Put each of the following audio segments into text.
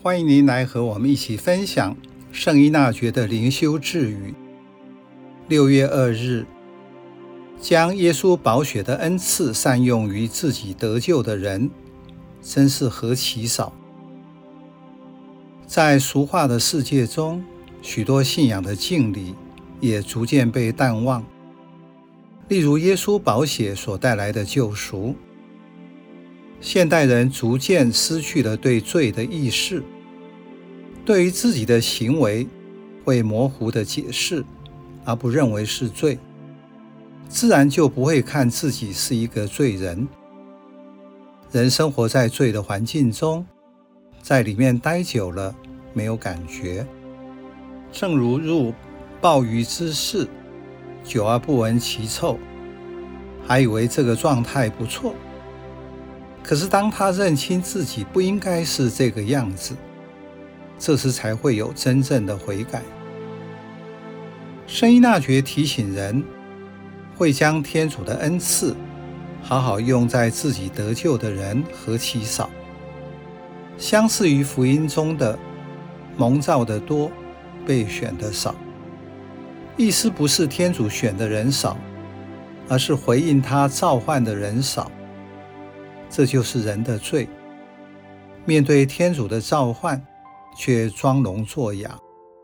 欢迎您来和我们一起分享圣依纳爵的灵修智语。6月2日，将耶稣宝血的恩赐善用于自己得救的人，真是何其少。在俗化的世界中，许多信仰的敬礼也逐渐被淡忘，例如耶稣宝血所带来的救赎。现代人逐渐失去了对罪的意识，对于自己的行为会模糊的解释，而不认为是罪，自然就不会看自己是一个罪人。人生活在罪的环境中，在里面待久了，没有感觉，正如入鲍鱼之室，久而不闻其臭，还以为这个状态不错。可是当他认清自己不应该是这个样子，这时才会有真正的悔改。圣依纳爵提醒人，会将天主的恩赐好好用在自己得救的人何其少。相似于福音中的蒙召的多，被选的少，意思不是天主选的人少，而是回应他召唤的人少。这就是人的罪，面对天主的召唤，却装聋作哑。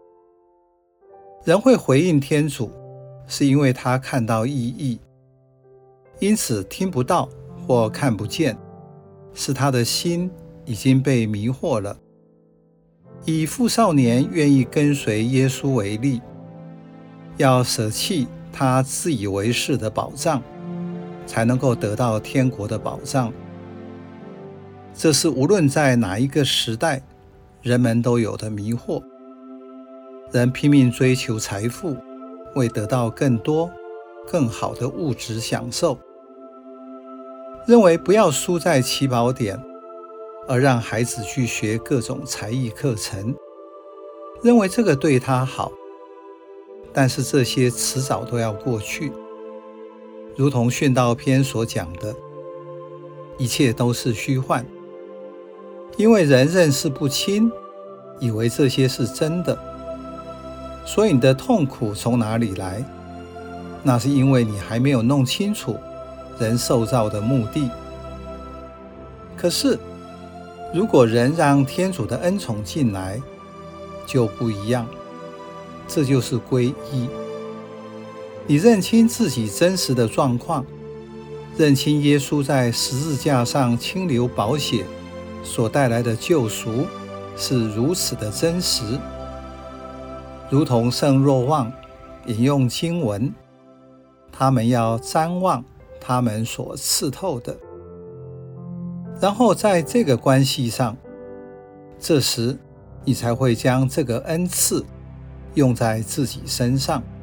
人会回应天主，是因为他看到意义，因此听不到或看不见，是他的心已经被迷惑了。以富少年愿意跟随耶稣为例，要舍弃他自以为是的宝藏，才能够得到天国的宝藏。这是无论在哪一个时代，人们都有的迷惑。人拼命追求财富，为得到更多、更好的物质享受，认为不要输在起跑点，而让孩子去学各种才艺课程，认为这个对他好。但是这些迟早都要过去，如同训道篇所讲的，一切都是虚幻。因为人认识不清，以为这些是真的，所以你的痛苦从哪里来？那是因为你还没有弄清楚人受造的目的。可是如果人让天主的恩宠进来，就不一样，这就是皈依。你认清自己真实的状况，认清耶稣在十字架上倾流宝血所带来的救赎是如此的真实，如同圣若望引用经文，他们要瞻望他们所刺透的。然后在这个关系上，这时你才会将这个恩赐用在自己身上。